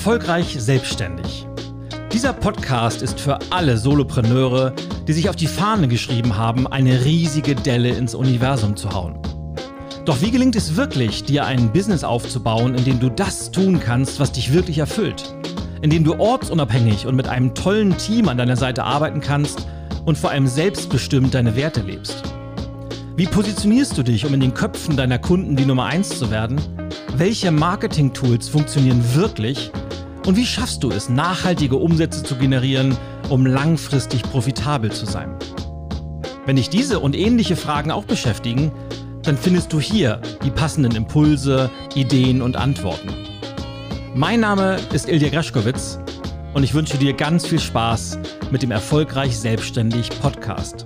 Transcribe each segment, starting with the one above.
Erfolgreich selbstständig. Dieser Podcast ist für alle Solopreneure, die sich auf die Fahne geschrieben haben, eine riesige Delle ins Universum zu hauen. Doch wie gelingt es wirklich, dir ein Business aufzubauen, in dem du das tun kannst, was dich wirklich erfüllt? In dem du ortsunabhängig und mit einem tollen Team an deiner Seite arbeiten kannst und vor allem selbstbestimmt deine Werte lebst? Wie positionierst du dich, um in den Köpfen deiner Kunden die Nummer 1 zu werden? Welche Marketing-Tools funktionieren wirklich? Und wie schaffst du es, nachhaltige Umsätze zu generieren, um langfristig profitabel zu sein? Wenn dich diese und ähnliche Fragen auch beschäftigen, dann findest du hier die passenden Impulse, Ideen und Antworten. Mein Name ist Ilja Greschkowitz und ich wünsche dir ganz viel Spaß mit dem Erfolgreich Selbstständig Podcast.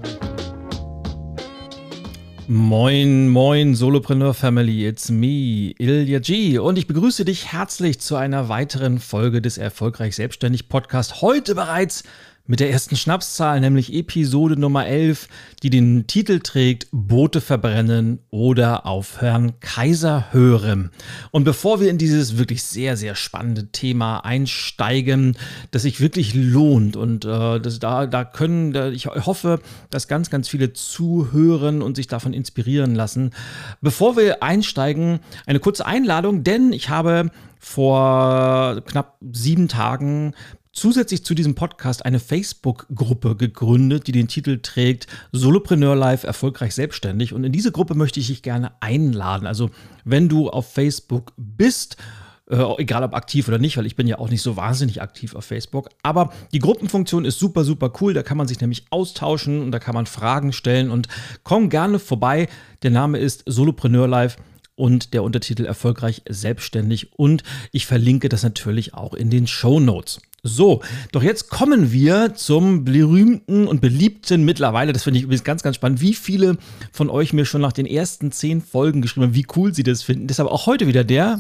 Moin, moin, Solopreneur Family, it's me, Ilja G. Und ich begrüße dich herzlich zu einer weiteren Folge des Erfolgreich Selbstständig Podcast. Heute bereits mit der ersten Schnapszahl, nämlich Episode Nummer 11, die den Titel trägt, Boote verbrennen oder auf Herrn Kaiser hören. Und bevor wir in dieses wirklich sehr, sehr spannende Thema einsteigen, das sich wirklich lohnt und ich hoffe, dass ganz, ganz viele zuhören und sich davon inspirieren lassen. Bevor wir einsteigen, eine kurze Einladung, denn ich habe vor knapp 7 Tagen zusätzlich zu diesem Podcast eine Facebook-Gruppe gegründet, die den Titel trägt Solopreneur Life erfolgreich selbstständig. Und in diese Gruppe möchte ich dich gerne einladen. Also wenn du auf Facebook bist, egal ob aktiv oder nicht, weil ich bin ja auch nicht so wahnsinnig aktiv auf Facebook. Aber die Gruppenfunktion ist super, super cool. Da kann man sich nämlich austauschen und da kann man Fragen stellen. Und komm gerne vorbei. Der Name ist Solopreneur Life und der Untertitel erfolgreich selbstständig. Und ich verlinke das natürlich auch in den Shownotes. So, doch jetzt kommen wir zum berühmten und beliebten mittlerweile, das finde ich übrigens ganz, ganz spannend, wie viele von euch mir schon nach den ersten 10 Folgen geschrieben haben, wie cool sie das finden. Deshalb auch heute wieder der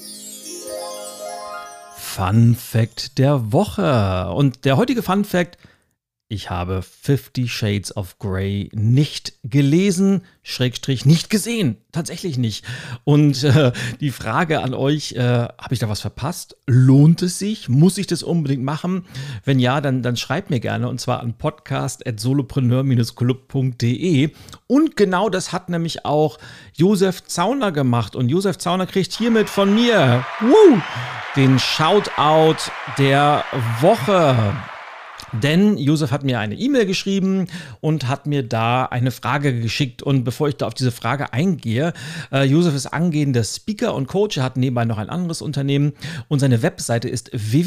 Fun Fact der Woche. Und der heutige Fun Fact: Ich habe 50 Shades of Grey nicht gelesen, / nicht gesehen. Tatsächlich nicht. Und die Frage an euch, habe ich da was verpasst? Lohnt es sich? Muss ich das unbedingt machen? Wenn ja, dann schreibt mir gerne, und zwar an podcast@solopreneur-club.de. Und genau das hat nämlich auch Josef Zauner gemacht. Und Josef Zauner kriegt hiermit von mir den Shoutout der Woche. Denn Josef hat mir eine E-Mail geschrieben und hat mir da eine Frage geschickt. Und bevor ich da auf diese Frage eingehe, Josef ist angehender Speaker und Coach. Er hat nebenbei noch ein anderes Unternehmen und seine Webseite ist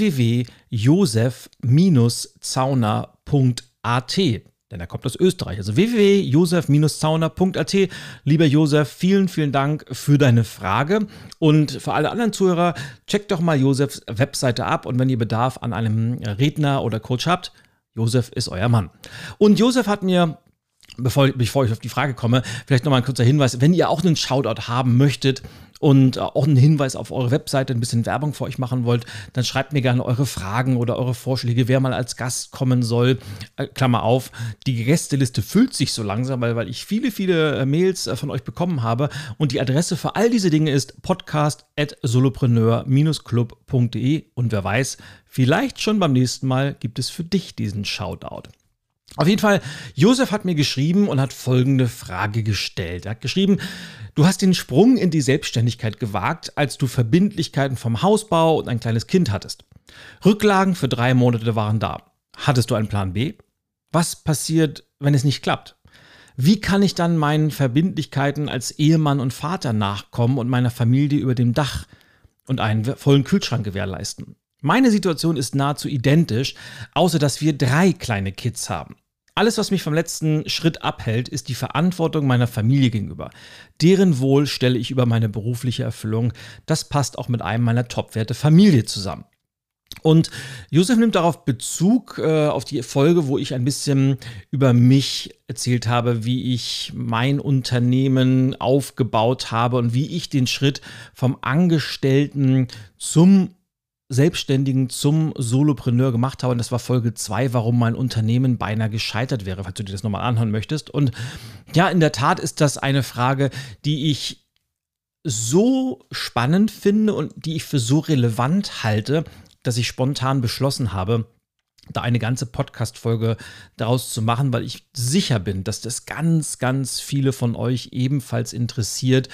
www.josef-zauner.at. Denn er kommt aus Österreich. Also www.josef-zauner.at. Lieber Josef, vielen, vielen Dank für deine Frage. Und für alle anderen Zuhörer, checkt doch mal Josefs Webseite ab. Und wenn ihr Bedarf an einem Redner oder Coach habt, Josef ist euer Mann. Und Josef hat mir, bevor ich auf die Frage komme, vielleicht nochmal ein kurzer Hinweis, wenn ihr auch einen Shoutout haben möchtet und auch einen Hinweis auf eure Webseite, ein bisschen Werbung für euch machen wollt, dann schreibt mir gerne eure Fragen oder eure Vorschläge, wer mal als Gast kommen soll. Klammer auf, die Gästeliste füllt sich so langsam, weil ich viele, viele Mails von euch bekommen habe. Und die Adresse für all diese Dinge ist podcast@solopreneur-club.de. Und wer weiß, vielleicht schon beim nächsten Mal gibt es für dich diesen Shoutout. Auf jeden Fall, Josef hat mir geschrieben und hat folgende Frage gestellt. Er hat geschrieben: Du hast den Sprung in die Selbstständigkeit gewagt, als du Verbindlichkeiten vom Hausbau und ein kleines Kind hattest. Rücklagen für 3 Monate waren da. Hattest du einen Plan B? Was passiert, wenn es nicht klappt? Wie kann ich dann meinen Verbindlichkeiten als Ehemann und Vater nachkommen und meiner Familie über dem Dach und einen vollen Kühlschrank gewährleisten? Meine Situation ist nahezu identisch, außer dass wir 3 kleine Kids haben. Alles, was mich vom letzten Schritt abhält, ist die Verantwortung meiner Familie gegenüber. Deren Wohl stelle ich über meine berufliche Erfüllung. Das passt auch mit einem meiner Top-Werte Familie zusammen. Und Josef nimmt darauf Bezug auf die Folge, wo ich ein bisschen über mich erzählt habe, wie ich mein Unternehmen aufgebaut habe und wie ich den Schritt vom Angestellten zum Selbstständigen zum Solopreneur gemacht habe. Und das war Folge 2, warum mein Unternehmen beinahe gescheitert wäre, falls du dir das nochmal anhören möchtest. Und ja, in der Tat ist das eine Frage, die ich so spannend finde und die ich für so relevant halte, dass ich spontan beschlossen habe, da eine ganze Podcast-Folge daraus zu machen, weil ich sicher bin, dass das ganz, ganz viele von euch ebenfalls interessiert,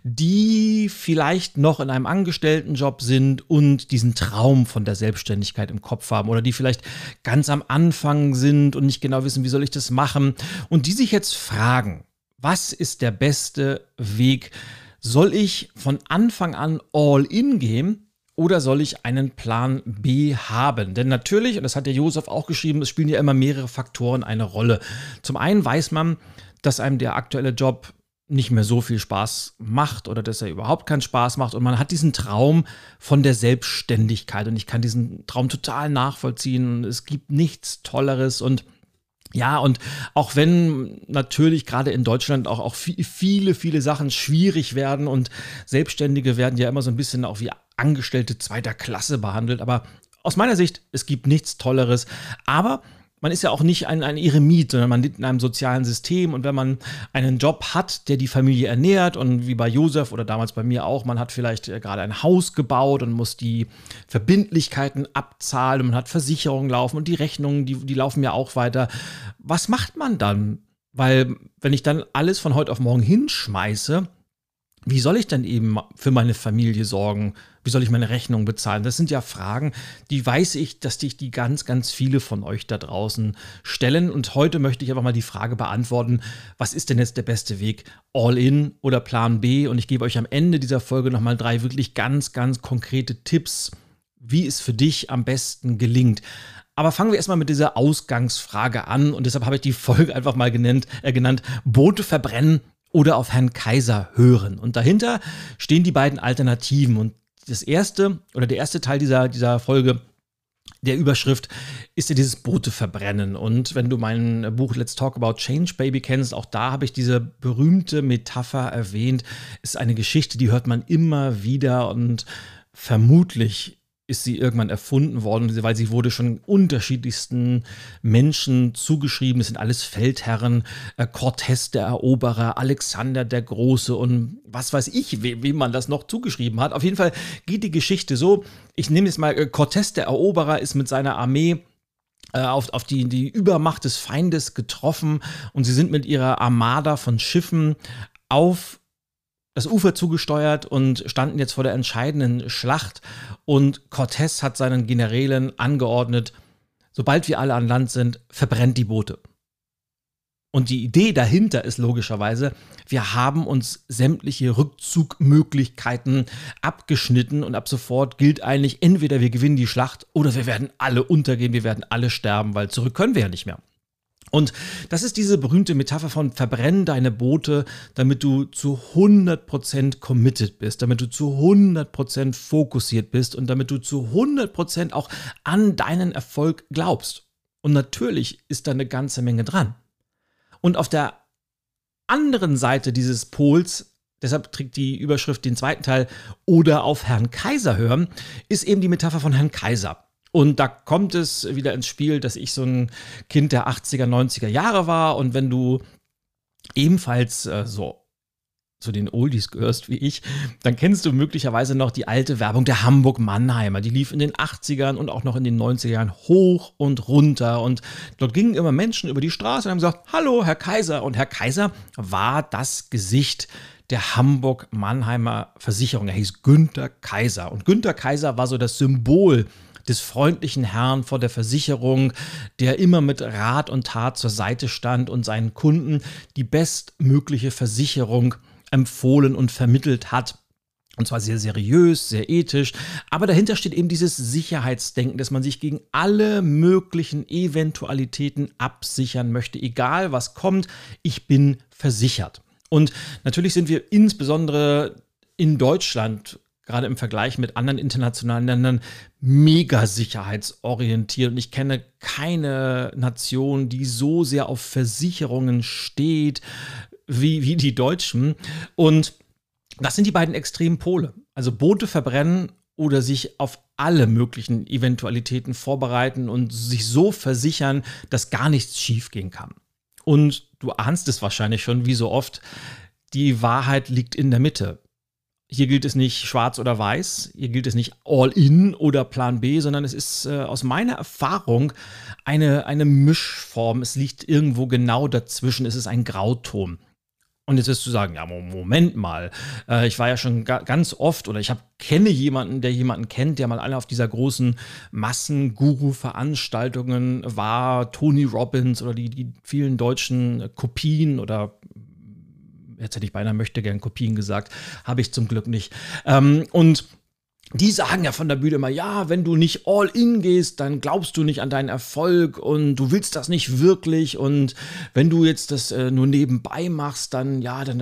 die vielleicht noch in einem Angestelltenjob sind und diesen Traum von der Selbstständigkeit im Kopf haben oder die vielleicht ganz am Anfang sind und nicht genau wissen, wie soll ich das machen und die sich jetzt fragen, was ist der beste Weg? Soll ich von Anfang an all in gehen? Oder soll ich einen Plan B haben? Denn natürlich, und das hat der Josef auch geschrieben, es spielen ja immer mehrere Faktoren eine Rolle. Zum einen weiß man, dass einem der aktuelle Job nicht mehr so viel Spaß macht oder dass er überhaupt keinen Spaß macht. Und man hat diesen Traum von der Selbstständigkeit. Und ich kann diesen Traum total nachvollziehen. Und es gibt nichts Tolleres. Und ja, und auch wenn natürlich gerade in Deutschland auch viele Sachen schwierig werden und Selbstständige werden ja immer so ein bisschen auch wie Angestellte zweiter Klasse behandelt, aber aus meiner Sicht, es gibt nichts Tolleres, aber man ist ja auch nicht ein Eremit, sondern man lebt in einem sozialen System und wenn man einen Job hat, der die Familie ernährt und wie bei Josef oder damals bei mir auch, man hat vielleicht gerade ein Haus gebaut und muss die Verbindlichkeiten abzahlen und man hat Versicherungen laufen und die Rechnungen, die laufen ja auch weiter. Was macht man dann? Weil wenn ich dann alles von heute auf morgen hinschmeiße, wie soll ich denn eben für meine Familie sorgen? Wie soll ich meine Rechnung bezahlen? Das sind ja Fragen, die weiß ich, dass dich die ganz, ganz viele von euch da draußen stellen. Und heute möchte ich einfach mal die Frage beantworten, was ist denn jetzt der beste Weg? All in oder Plan B? Und ich gebe euch am Ende dieser Folge nochmal 3 wirklich ganz, ganz konkrete Tipps, wie es für dich am besten gelingt. Aber fangen wir erstmal mit dieser Ausgangsfrage an. Und deshalb habe ich die Folge einfach mal genannt, Boote verbrennen oder auf Herrn Kaiser hören. Und dahinter stehen die beiden Alternativen. Und der erste Teil dieser Folge, der Überschrift, ist ja dieses Boote verbrennen. Und wenn du mein Buch Let's Talk About Change Baby kennst, auch da habe ich diese berühmte Metapher erwähnt. Ist eine Geschichte, die hört man immer wieder und vermutlich ist sie irgendwann erfunden worden, weil sie wurde schon unterschiedlichsten Menschen zugeschrieben. Es sind alles Feldherren, Cortés der Eroberer, Alexander der Große und was weiß ich, wem man das noch zugeschrieben hat. Auf jeden Fall geht die Geschichte so, ich nehme jetzt mal, Cortés der Eroberer ist mit seiner Armee auf die Übermacht des Feindes getroffen und sie sind mit ihrer Armada von Schiffen auf das Ufer zugesteuert und standen jetzt vor der entscheidenden Schlacht. Und Cortés hat seinen Generälen angeordnet, sobald wir alle an Land sind, verbrennt die Boote. Und die Idee dahinter ist logischerweise, wir haben uns sämtliche Rückzugmöglichkeiten abgeschnitten und ab sofort gilt eigentlich, entweder wir gewinnen die Schlacht oder wir werden alle untergehen, wir werden alle sterben, weil zurück können wir ja nicht mehr. Und das ist diese berühmte Metapher von verbrenn deine Boote, damit du zu 100% committed bist, damit du zu 100% fokussiert bist und damit du zu 100% auch an deinen Erfolg glaubst. Und natürlich ist da eine ganze Menge dran. Und auf der anderen Seite dieses Pols, deshalb trägt die Überschrift den zweiten Teil, oder auf Herrn Kaiser hören, ist eben die Metapher von Herrn Kaiser. Und da kommt es wieder ins Spiel, dass ich so ein Kind der 80er, 90er Jahre war. Und wenn du ebenfalls so zu den Oldies gehörst wie ich, dann kennst du möglicherweise noch die alte Werbung der Hamburg-Mannheimer. Die lief in den 80ern und auch noch in den 90er Jahren hoch und runter. Und dort gingen immer Menschen über die Straße und haben gesagt, hallo, Herr Kaiser. Und Herr Kaiser war das Gesicht der Hamburg-Mannheimer Versicherung. Er hieß Günther Kaiser. Und Günther Kaiser war so das Symbol des freundlichen Herrn vor der Versicherung, der immer mit Rat und Tat zur Seite stand und seinen Kunden die bestmögliche Versicherung empfohlen und vermittelt hat. Und zwar sehr seriös, sehr ethisch, aber dahinter steht eben dieses Sicherheitsdenken, dass man sich gegen alle möglichen Eventualitäten absichern möchte, egal was kommt, ich bin versichert. Und natürlich sind wir insbesondere in Deutschland, gerade im Vergleich mit anderen internationalen Ländern, mega sicherheitsorientiert. Und ich kenne keine Nation, die so sehr auf Versicherungen steht wie die Deutschen. Und das sind die beiden extremen Pole. Also Boote verbrennen oder sich auf alle möglichen Eventualitäten vorbereiten und sich so versichern, dass gar nichts schiefgehen kann. Und du ahnst es wahrscheinlich schon, wie so oft, die Wahrheit liegt in der Mitte. hier gilt es nicht schwarz oder weiß, hier gilt es nicht All-in oder Plan B, sondern es ist aus meiner Erfahrung eine Mischform. Es liegt irgendwo genau dazwischen, es ist ein Grauton. Und jetzt wirst du sagen, ja, Moment mal, ich war ja schon ganz oft oder kenne jemanden, der jemanden kennt, der mal alle auf dieser großen Massen-Guru-Veranstaltungen war, Tony Robbins oder die vielen deutschen Kopien oder jetzt hätte ich beinahe möchte gern Kopien gesagt, habe ich zum Glück nicht. Und die sagen ja von der Bühne immer, ja, wenn du nicht all in gehst, dann glaubst du nicht an deinen Erfolg und du willst das nicht wirklich und wenn du jetzt das nur nebenbei machst, dann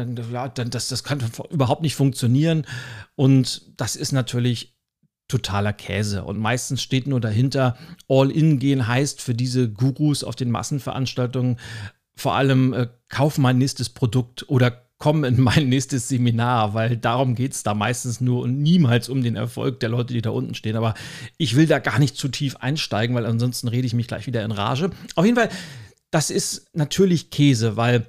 das kann überhaupt nicht funktionieren und das ist natürlich totaler Käse und meistens steht nur dahinter, all in gehen heißt für diese Gurus auf den Massenveranstaltungen vor allem kauf mein nächstes Produkt oder komm in mein nächstes Seminar, weil darum geht es da meistens nur und niemals um den Erfolg der Leute, die da unten stehen. Aber ich will da gar nicht zu tief einsteigen, weil ansonsten rede ich mich gleich wieder in Rage. Auf jeden Fall, das ist natürlich Käse, weil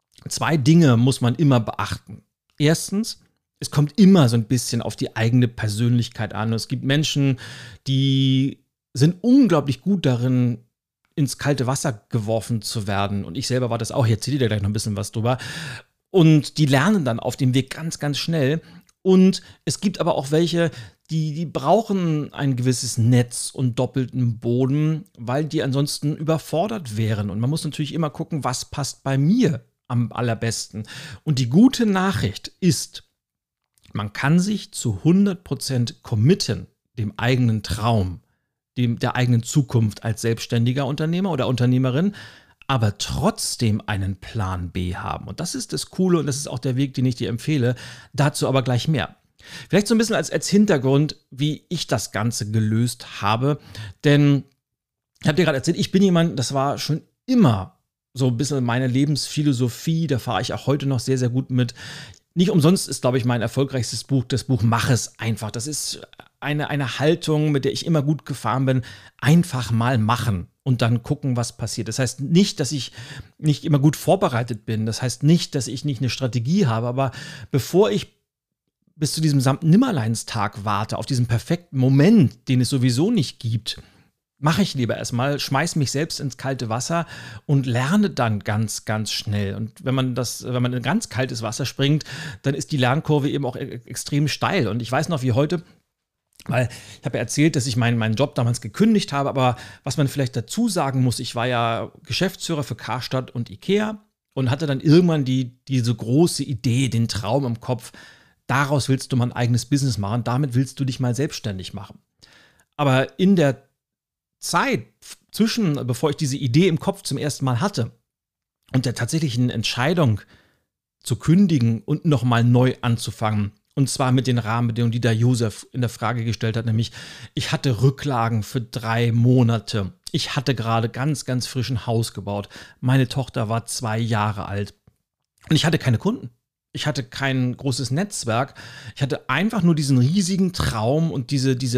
2 Dinge muss man immer beachten. Erstens, es kommt immer so ein bisschen auf die eigene Persönlichkeit an. Es gibt Menschen, die sind unglaublich gut darin, ins kalte Wasser geworfen zu werden. Und ich selber war das auch. Ich erzähle dir gleich noch ein bisschen was drüber. Und die lernen dann auf dem Weg ganz, ganz schnell. Und es gibt aber auch welche, die brauchen ein gewisses Netz und doppelten Boden, weil die ansonsten überfordert wären. Und man muss natürlich immer gucken, was passt bei mir am allerbesten. Und die gute Nachricht ist, man kann sich zu 100% committen, dem eigenen Traum, der eigenen Zukunft als selbstständiger Unternehmer oder Unternehmerin, aber trotzdem einen Plan B haben. Und das ist das Coole und das ist auch der Weg, den ich dir empfehle. Dazu aber gleich mehr. Vielleicht so ein bisschen als Hintergrund, wie ich das Ganze gelöst habe. Denn ich habe dir gerade erzählt, ich bin jemand, das war schon immer so ein bisschen meine Lebensphilosophie. Da fahre ich auch heute noch sehr, sehr gut mit. Nicht umsonst ist, glaube ich, mein erfolgreichstes Buch, das Buch Mach es einfach. Das ist eine Haltung, mit der ich immer gut gefahren bin. Einfach mal machen und dann gucken, was passiert. Das heißt nicht, dass ich nicht immer gut vorbereitet bin. Das heißt nicht, dass ich nicht eine Strategie habe. Aber bevor ich bis zu diesem Samtnimmerleinstag warte, auf diesen perfekten Moment, den es sowieso nicht gibt, mache ich lieber erstmal, schmeiß mich selbst ins kalte Wasser und lerne dann ganz, ganz schnell. Und wenn man in ganz kaltes Wasser springt, dann ist die Lernkurve eben auch extrem steil. Und ich weiß noch wie heute, weil ich habe ja erzählt, dass ich meinen Job damals gekündigt habe, aber was man vielleicht dazu sagen muss, ich war ja Geschäftsführer für Karstadt und Ikea und hatte dann irgendwann diese große Idee, den Traum im Kopf, daraus willst du mal ein eigenes Business machen, damit willst du dich mal selbstständig machen. Aber in der Zeit bevor ich diese Idee im Kopf zum ersten Mal hatte und der tatsächlichen Entscheidung zu kündigen und nochmal neu anzufangen, und zwar mit den Rahmenbedingungen, die der Josef in der Frage gestellt hat, nämlich ich hatte Rücklagen für 3 Monate. Ich hatte gerade ganz, ganz frisch ein Haus gebaut. Meine Tochter war 2 Jahre alt und ich hatte keine Kunden. Ich hatte kein großes Netzwerk. Ich hatte einfach nur diesen riesigen Traum und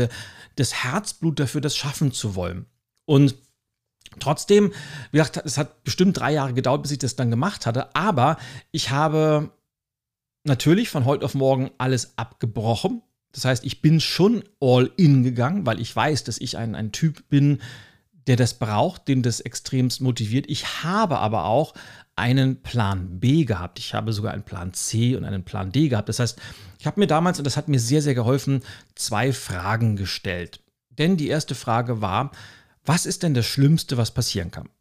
das Herzblut dafür, das schaffen zu wollen. Und trotzdem, wie gesagt, es hat bestimmt 3 Jahre gedauert, bis ich das dann gemacht hatte. Aber ich habe natürlich von heute auf morgen alles abgebrochen. Das heißt, ich bin schon all in gegangen, weil ich weiß, dass ich ein Typ bin, der das braucht, den das extremst motiviert. Ich habe aber auch einen Plan B gehabt. Ich habe sogar einen Plan C und einen Plan D gehabt. Das heißt, ich habe mir damals, und das hat mir sehr, sehr geholfen, 2 Fragen gestellt. Denn die erste Frage war, was ist denn das Schlimmste, was passieren kann?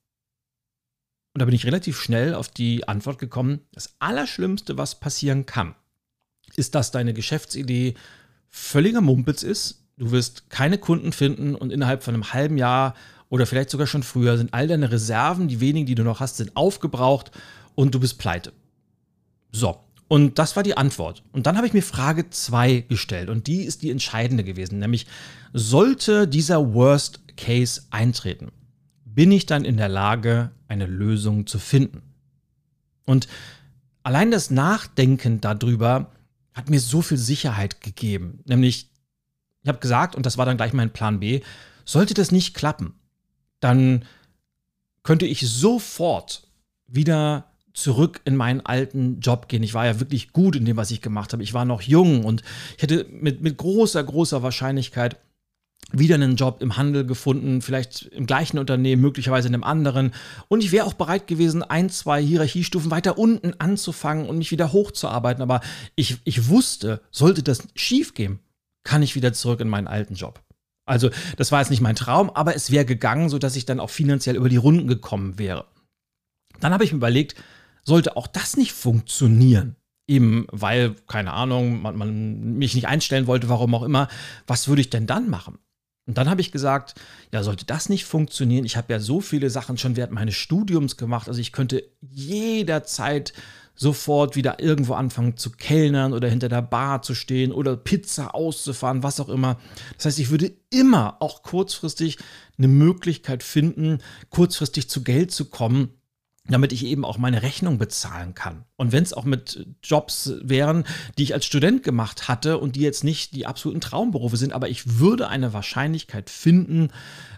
Und da bin ich relativ schnell auf die Antwort gekommen, das Allerschlimmste, was passieren kann, ist, dass deine Geschäftsidee völliger Mumpitz ist. Du wirst keine Kunden finden und innerhalb von einem halben Jahr oder vielleicht sogar schon früher sind all deine Reserven, die wenigen, die du noch hast, sind aufgebraucht und du bist pleite. So, und das war die Antwort. Und dann habe ich mir Frage 2 gestellt und die ist die entscheidende gewesen, nämlich sollte dieser Worst Case eintreten, bin ich dann in der Lage, eine Lösung zu finden? Und allein das Nachdenken darüber hat mir so viel Sicherheit gegeben, nämlich ich habe gesagt, und das war dann gleich mein Plan B, sollte das nicht klappen, dann könnte ich sofort wieder zurück in meinen alten Job gehen. Ich war ja wirklich gut in dem, was ich gemacht habe. Ich war noch jung und ich hätte mit großer Wahrscheinlichkeit wieder einen Job im Handel gefunden, vielleicht im gleichen Unternehmen, möglicherweise in einem anderen. Und ich wäre auch bereit gewesen, 1, 2 Hierarchiestufen weiter unten anzufangen und mich wieder hochzuarbeiten. Aber ich wusste, sollte das schief gehen, kann ich wieder zurück in meinen alten Job. Also das war jetzt nicht mein Traum, aber es wäre gegangen, sodass ich dann auch finanziell über die Runden gekommen wäre. Dann habe ich mir überlegt, sollte auch das nicht funktionieren? Eben weil, keine Ahnung, man mich nicht einstellen wollte, warum auch immer. Was würde ich denn dann machen? Und dann habe ich gesagt, ja, sollte das nicht funktionieren? Ich habe ja so viele Sachen schon während meines Studiums gemacht. Also ich könnte jederzeit sofort wieder irgendwo anfangen zu kellnern oder hinter der Bar zu stehen oder Pizza auszufahren, was auch immer. Das heißt, ich würde immer auch kurzfristig eine Möglichkeit finden, kurzfristig zu Geld zu kommen, damit ich eben auch meine Rechnung bezahlen kann. Und wenn es auch mit Jobs wären, die ich als Student gemacht hatte und die jetzt nicht die absoluten Traumberufe sind, aber ich würde eine Wahrscheinlichkeit finden,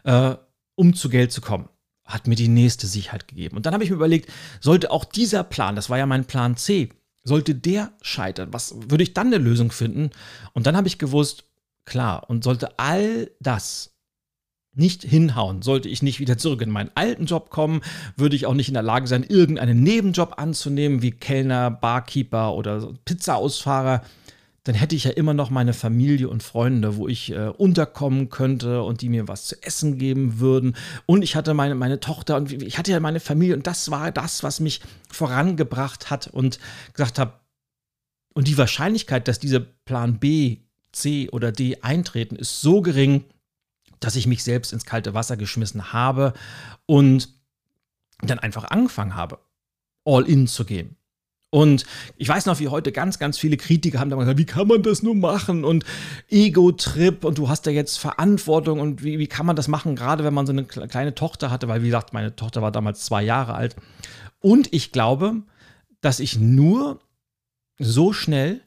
um zu Geld zu kommen. Hat mir die nächste Sicherheit gegeben. Und dann habe ich mir überlegt, sollte auch dieser Plan, das war ja mein Plan C, sollte der scheitern, was würde ich dann eine Lösung finden? Und dann habe ich gewusst, klar, und sollte all das nicht hinhauen, sollte ich nicht wieder zurück in meinen alten Job kommen, würde ich auch nicht in der Lage sein, irgendeinen Nebenjob anzunehmen, wie Kellner, Barkeeper oder Pizzaausfahrer, dann hätte ich ja immer noch meine Familie und Freunde, wo ich unterkommen könnte und die mir was zu essen geben würden. Und ich hatte meine Tochter und ich hatte ja meine Familie und das war das, was mich vorangebracht hat und gesagt habe, und die Wahrscheinlichkeit, dass diese Plan B, C oder D eintreten, ist so gering, dass ich mich selbst ins kalte Wasser geschmissen habe und dann einfach angefangen habe, all in zu gehen. Und ich weiß noch, wie heute ganz viele Kritiker haben da gesagt, wie kann man das nur machen und Ego-Trip und du hast ja jetzt Verantwortung und wie kann man das machen, gerade wenn man so eine kleine Tochter hatte, weil wie gesagt, meine Tochter war damals 2 Jahre alt. Und ich glaube, dass ich nur so schnell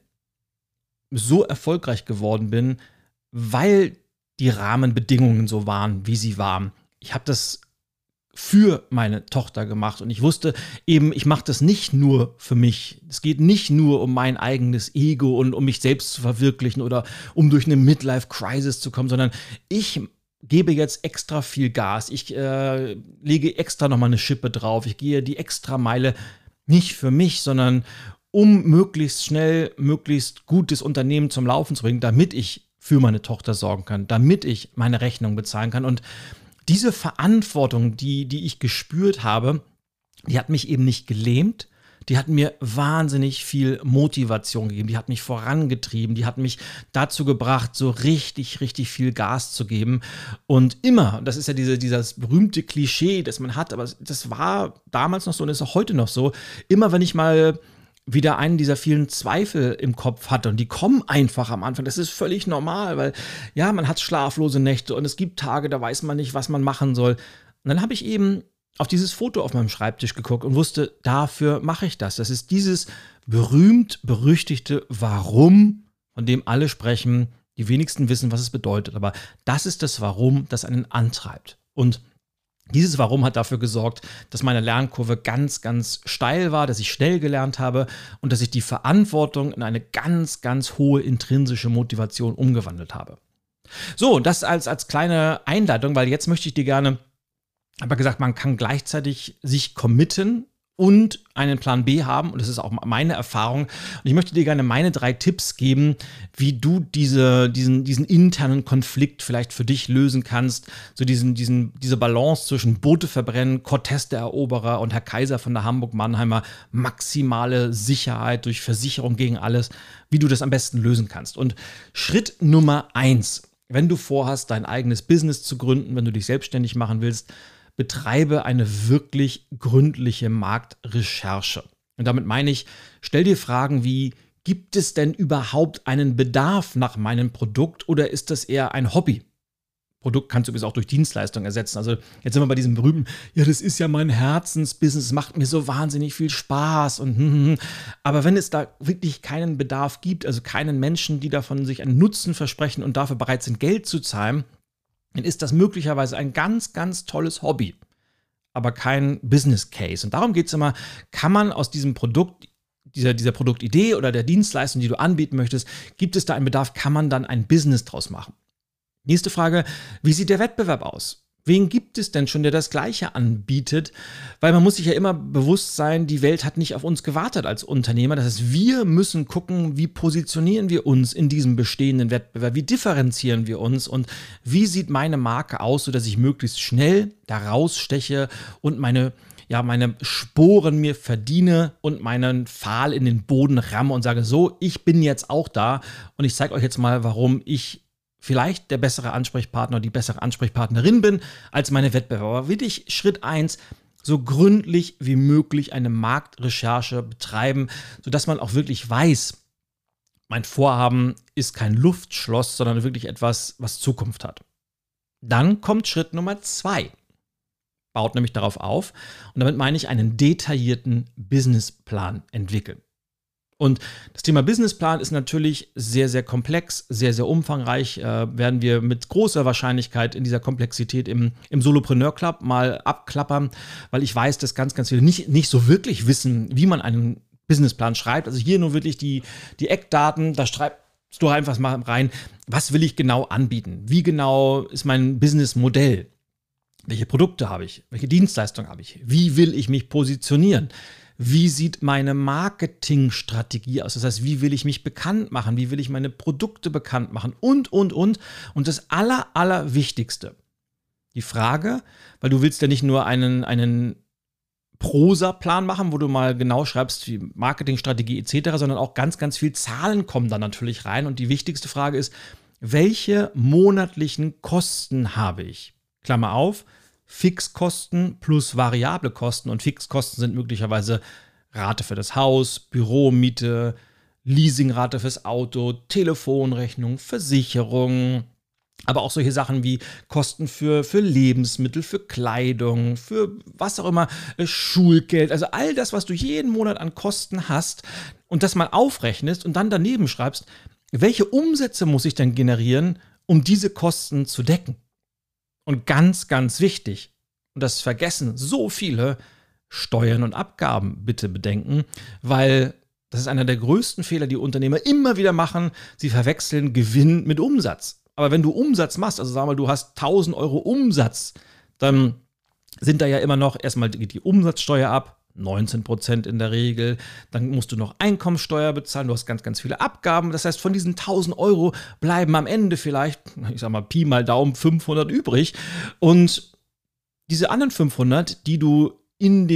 so erfolgreich geworden bin, weil die Rahmenbedingungen so waren, wie sie waren. Ich habe das für meine Tochter gemacht und ich wusste eben, ich mache das nicht nur für mich. Es geht nicht nur um mein eigenes Ego und um mich selbst zu verwirklichen oder um durch eine Midlife-Crisis zu kommen, sondern ich gebe jetzt extra viel Gas. Ich lege extra nochmal eine Schippe drauf. Ich gehe die extra Meile nicht für mich, sondern um möglichst schnell, möglichst gut das Unternehmen zum Laufen zu bringen, damit ich für meine Tochter sorgen kann, damit ich meine Rechnung bezahlen kann. Und diese Verantwortung, die ich gespürt habe, die hat mich eben nicht gelähmt, die hat mir wahnsinnig viel Motivation gegeben, die hat mich vorangetrieben, die hat mich dazu gebracht, so richtig viel Gas zu geben. Und immer, das ist ja dieses berühmte Klischee, das man hat, aber das war damals noch so und ist auch heute noch so, immer wenn ich mal wieder einen dieser vielen Zweifel im Kopf hatte und die kommen einfach am Anfang. Das ist völlig normal, weil ja, man hat schlaflose Nächte und es gibt Tage, da weiß man nicht, was man machen soll. Und dann habe ich eben auf dieses Foto auf meinem Schreibtisch geguckt und wusste, dafür mache ich das. Das ist dieses berühmt-berüchtigte Warum, von dem alle sprechen. Die wenigsten wissen, was es bedeutet, aber das ist das Warum, das einen antreibt. Und dieses Warum hat dafür gesorgt, dass meine Lernkurve ganz steil war, dass ich schnell gelernt habe und dass ich die Verantwortung in eine ganz hohe intrinsische Motivation umgewandelt habe. So, das als kleine Einleitung, weil jetzt möchte ich dir gerne, aber gesagt, man kann gleichzeitig sich committen und einen Plan B haben und das ist auch meine Erfahrung und ich möchte dir gerne meine 3 Tipps geben, wie du diesen internen Konflikt vielleicht für dich lösen kannst, so diese Balance zwischen Boote verbrennen, Cortez der Eroberer und Herr Kaiser von der Hamburg-Mannheimer, maximale Sicherheit durch Versicherung gegen alles, wie du das am besten lösen kannst. Und Schritt Nummer 1, wenn du vorhast, dein eigenes Business zu gründen, wenn du dich selbstständig machen willst, betreibe eine wirklich gründliche Marktrecherche. Und damit meine ich, stell dir Fragen wie, gibt es denn überhaupt einen Bedarf nach meinem Produkt oder ist das eher ein Hobby? Produkt kannst du übrigens auch durch Dienstleistung ersetzen. Also jetzt sind wir bei diesem berühmten, ja, das ist ja mein Herzensbusiness, es macht mir so wahnsinnig viel Spaß. Aber wenn es da wirklich keinen Bedarf gibt, also keinen Menschen, die davon sich einen Nutzen versprechen und dafür bereit sind, Geld zu zahlen, dann ist das möglicherweise ein ganz tolles Hobby. aber kein Business Case. Und darum geht es immer, kann man aus diesem Produkt, dieser Produktidee oder der Dienstleistung, die du anbieten möchtest, gibt es da einen Bedarf, kann man dann ein Business draus machen? Nächste Frage, wie sieht der Wettbewerb aus? Wen gibt es denn schon, der das Gleiche anbietet? Weil man muss sich ja immer bewusst sein, die Welt hat nicht auf uns gewartet als Unternehmer. Das heißt, wir müssen gucken, wie positionieren wir uns in diesem bestehenden Wettbewerb? Wie differenzieren wir uns? Und wie sieht meine Marke aus, sodass ich möglichst schnell da raussteche und meine Sporen mir verdiene und meinen Pfahl in den Boden ramme und sage, so, ich bin jetzt auch da und ich zeige euch jetzt mal, warum ich vielleicht der bessere Ansprechpartner oder die bessere Ansprechpartnerin bin als meine Wettbewerber. Wirklich Schritt 1, so gründlich wie möglich eine Marktrecherche betreiben, sodass man auch wirklich weiß, mein Vorhaben ist kein Luftschloss, sondern wirklich etwas, was Zukunft hat. Dann kommt Schritt Nummer 2. Baut nämlich darauf auf und damit meine ich einen detaillierten Businessplan entwickeln. Und das Thema Businessplan ist natürlich sehr, sehr komplex, sehr, sehr umfangreich. Werden wir mit großer Wahrscheinlichkeit in dieser Komplexität im Solopreneur Club mal abklappern, weil ich weiß, dass ganz, ganz viele nicht so wirklich wissen, wie man einen Businessplan schreibt. Also hier nur wirklich die Eckdaten, da schreibst du einfach mal rein, was will ich genau anbieten? Wie genau ist mein Businessmodell? Welche Produkte habe ich? Welche Dienstleistungen habe ich? Wie will ich mich positionieren? Wie sieht meine Marketingstrategie aus? Das heißt, wie will ich mich bekannt machen? Wie will ich meine Produkte bekannt machen? Und. Und das Allerwichtigste, die Frage, weil du willst ja nicht nur einen Prosaplan machen, wo du mal genau schreibst, wie Marketingstrategie etc., sondern auch ganz, ganz viel Zahlen kommen da natürlich rein. Und die wichtigste Frage ist, welche monatlichen Kosten habe ich? Klammer auf, Fixkosten plus variable Kosten, und Fixkosten sind möglicherweise Rate für das Haus, Büromiete, Leasingrate fürs Auto, Telefonrechnung, Versicherung, aber auch solche Sachen wie Kosten für Lebensmittel, für Kleidung, für was auch immer, Schulgeld, also all das, was du jeden Monat an Kosten hast und das mal aufrechnest und dann daneben schreibst, welche Umsätze muss ich denn generieren, um diese Kosten zu decken? Und ganz, ganz wichtig, und das vergessen so viele, Steuern und Abgaben bitte bedenken, weil das ist einer der größten Fehler, die Unternehmer immer wieder machen. Sie verwechseln Gewinn mit Umsatz. Aber wenn du Umsatz machst, also sag mal, du hast 1.000 Euro Umsatz, dann sind da ja immer noch erstmal die Umsatzsteuer ab, 19% in der Regel. Dann musst du noch Einkommensteuer bezahlen, du hast ganz, ganz viele Abgaben. Das heißt, von diesen 1.000 Euro bleiben am Ende vielleicht, ich sag mal, Pi mal Daumen, 500 übrig. Und diese anderen 500, die du in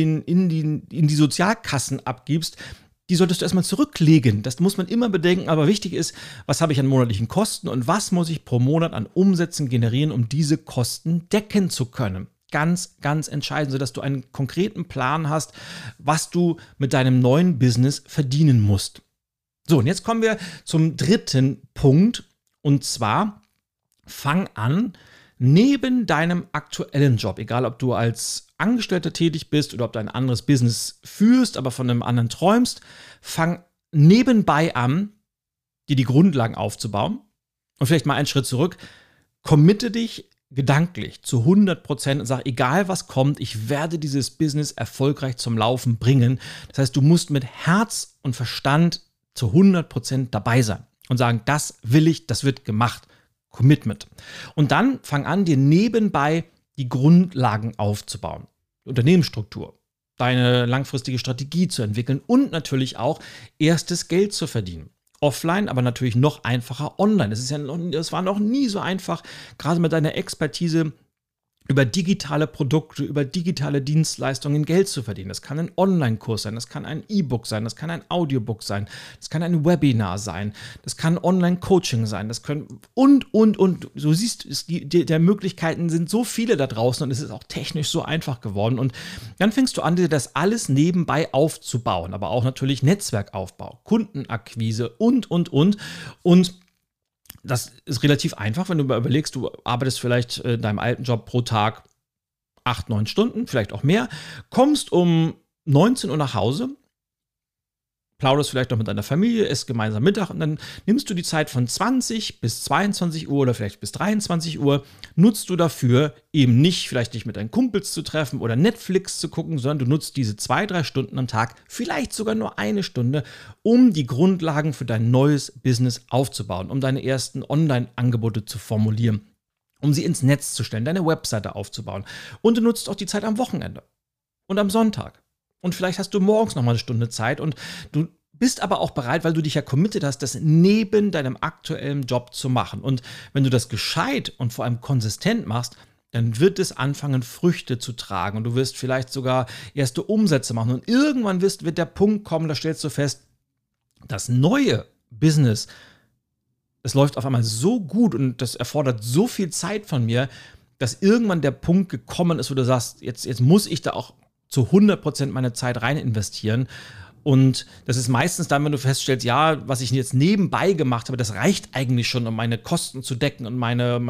die Sozialkassen abgibst, die solltest du erstmal zurücklegen. Das muss man immer bedenken, aber wichtig ist, was habe ich an monatlichen Kosten und was muss ich pro Monat an Umsätzen generieren, um diese Kosten decken zu können. Ganz, ganz entscheidend, sodass du einen konkreten Plan hast, was du mit deinem neuen Business verdienen musst. So, und jetzt kommen wir zum dritten Punkt, und zwar fang an, neben deinem aktuellen Job, egal ob du als Angestellter tätig bist oder ob du ein anderes Business führst, aber von einem anderen träumst, fang nebenbei an, dir die Grundlagen aufzubauen. Und vielleicht mal einen Schritt zurück, committe dich gedanklich zu 100% und sag, egal was kommt, ich werde dieses Business erfolgreich zum Laufen bringen. Das heißt, du musst mit Herz und Verstand zu 100% dabei sein und sagen, das will ich, das wird gemacht. Commitment. Und dann fang an, dir nebenbei die Grundlagen aufzubauen. Die Unternehmensstruktur, deine langfristige Strategie zu entwickeln und natürlich auch erstes Geld zu verdienen. Offline, aber natürlich noch einfacher online. Das war noch nie so einfach, gerade mit deiner Expertise über digitale Produkte, über digitale Dienstleistungen Geld zu verdienen. Das kann ein Online-Kurs sein, das kann ein E-Book sein, das kann ein Audiobook sein, das kann ein Webinar sein, das kann Online-Coaching sein, das können und. So siehst du, der Möglichkeiten sind so viele da draußen und es ist auch technisch so einfach geworden. Und dann fängst du an, dir das alles nebenbei aufzubauen, aber auch natürlich Netzwerkaufbau, Kundenakquise und. Und das ist relativ einfach, wenn du mal überlegst, du arbeitest vielleicht in deinem alten Job pro Tag 8, 9 Stunden, vielleicht auch mehr, kommst um 19 Uhr nach Hause, plauderst vielleicht noch mit deiner Familie, isst gemeinsam Mittag und dann nimmst du die Zeit von 20 bis 22 Uhr oder vielleicht bis 23 Uhr, nutzt du dafür eben nicht, vielleicht dich mit deinen Kumpels zu treffen oder Netflix zu gucken, sondern du nutzt diese 2-3 Stunden am Tag, vielleicht sogar nur 1 Stunde, um die Grundlagen für dein neues Business aufzubauen, um deine ersten Online-Angebote zu formulieren, um sie ins Netz zu stellen, deine Webseite aufzubauen. Und du nutzt auch die Zeit am Wochenende und am Sonntag. Und vielleicht hast du morgens nochmal 1 Stunde Zeit und du bist aber auch bereit, weil du dich ja committed hast, das neben deinem aktuellen Job zu machen. Und wenn du das gescheit und vor allem konsistent machst, dann wird es anfangen, Früchte zu tragen. Und du wirst vielleicht sogar erste Umsätze machen. Und irgendwann wird der Punkt kommen, da stellst du fest, das neue Business, es läuft auf einmal so gut und das erfordert so viel Zeit von mir, dass irgendwann der Punkt gekommen ist, wo du sagst, jetzt muss ich da auch zu 100% meine Zeit rein investieren. Und das ist meistens dann, wenn du feststellst, ja, was ich jetzt nebenbei gemacht habe, das reicht eigentlich schon, um meine Kosten zu decken und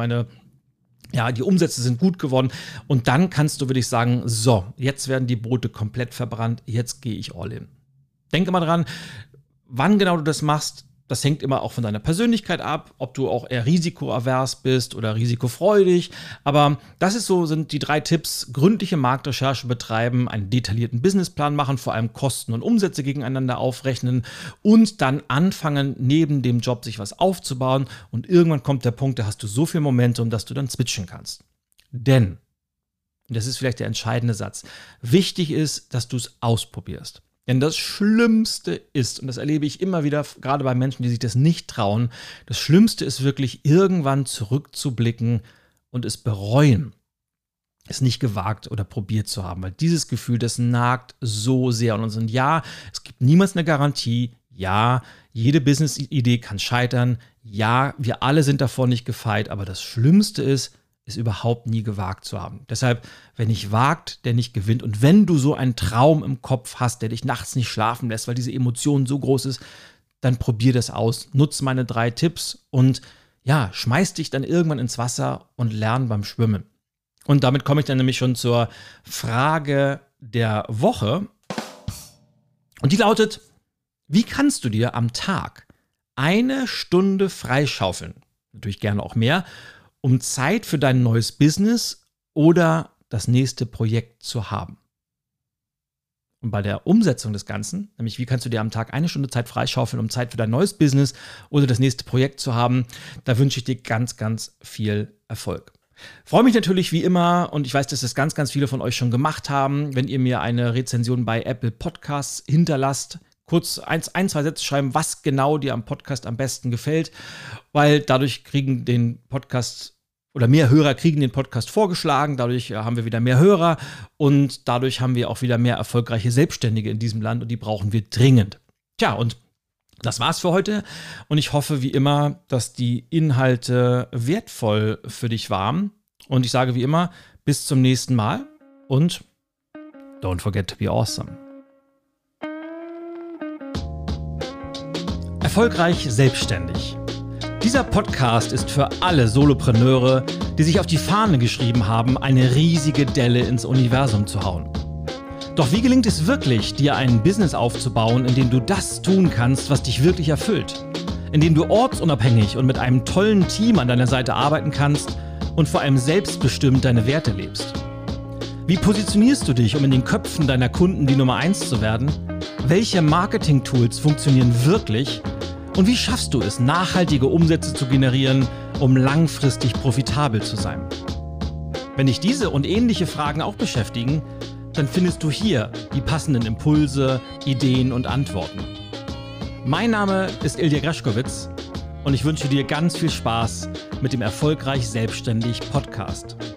die Umsätze sind gut geworden. Und dann kannst du, würde ich sagen, so, jetzt werden die Brote komplett verbrannt, jetzt gehe ich all in. Denke mal dran, wann genau du das machst. Das hängt immer auch von deiner Persönlichkeit ab, ob du auch eher risikoavers bist oder risikofreudig. Aber sind die 3 Tipps: gründliche Marktrecherche betreiben, einen detaillierten Businessplan machen, vor allem Kosten und Umsätze gegeneinander aufrechnen und dann anfangen, neben dem Job sich was aufzubauen. Und irgendwann kommt der Punkt, da hast du so viel Momentum, dass du dann switchen kannst. Denn, und das ist vielleicht der entscheidende Satz, wichtig ist, dass du es ausprobierst. Denn das Schlimmste ist, und das erlebe ich immer wieder, gerade bei Menschen, die sich das nicht trauen, das Schlimmste ist wirklich, irgendwann zurückzublicken und es bereuen, es nicht gewagt oder probiert zu haben. Weil dieses Gefühl, das nagt so sehr an uns. Und ja, es gibt niemals eine Garantie. Ja, jede Business-Idee kann scheitern. Ja, wir alle sind davor nicht gefeit. Aber das Schlimmste ist, es überhaupt nie gewagt zu haben. Deshalb, wer nicht wagt, der nicht gewinnt. Und wenn du so einen Traum im Kopf hast, der dich nachts nicht schlafen lässt, weil diese Emotion so groß ist, dann probier das aus. Nutz meine 3 Tipps und ja, schmeiß dich dann irgendwann ins Wasser und lern beim Schwimmen. Und damit komme ich dann nämlich schon zur Frage der Woche. Und die lautet: Wie kannst du dir am Tag 1 Stunde freischaufeln? Natürlich gerne auch mehr, um Zeit für dein neues Business oder das nächste Projekt zu haben. Und bei der Umsetzung des Ganzen, nämlich wie kannst du dir am Tag 1 Stunde Zeit freischaufeln, um Zeit für dein neues Business oder das nächste Projekt zu haben, da wünsche ich dir ganz, ganz viel Erfolg. Freue mich natürlich wie immer, und ich weiß, dass das ganz, ganz viele von euch schon gemacht haben, wenn ihr mir eine Rezension bei Apple Podcasts hinterlasst. Kurz 2 Sätze schreiben, was genau dir am Podcast am besten gefällt, weil dadurch kriegen den Podcast oder mehr Hörer kriegen den Podcast vorgeschlagen, dadurch haben wir wieder mehr Hörer und dadurch haben wir auch wieder mehr erfolgreiche Selbstständige in diesem Land und die brauchen wir dringend. Tja, und das war's für heute und ich hoffe wie immer, dass die Inhalte wertvoll für dich waren und ich sage wie immer, bis zum nächsten Mal und don't forget to be awesome. Erfolgreich selbstständig. Dieser Podcast ist für alle Solopreneure, die sich auf die Fahne geschrieben haben, eine riesige Delle ins Universum zu hauen. Doch wie gelingt es wirklich, dir ein Business aufzubauen, in dem du das tun kannst, was dich wirklich erfüllt? In dem du ortsunabhängig und mit einem tollen Team an deiner Seite arbeiten kannst und vor allem selbstbestimmt deine Werte lebst? Wie positionierst du dich, um in den Köpfen deiner Kunden die Nummer 1 zu werden? Welche Marketing-Tools funktionieren wirklich? Und wie schaffst du es, nachhaltige Umsätze zu generieren, um langfristig profitabel zu sein? Wenn dich diese und ähnliche Fragen auch beschäftigen, dann findest du hier die passenden Impulse, Ideen und Antworten. Mein Name ist Ilja Greschkowitz und ich wünsche dir ganz viel Spaß mit dem Erfolgreich Selbstständig Podcast.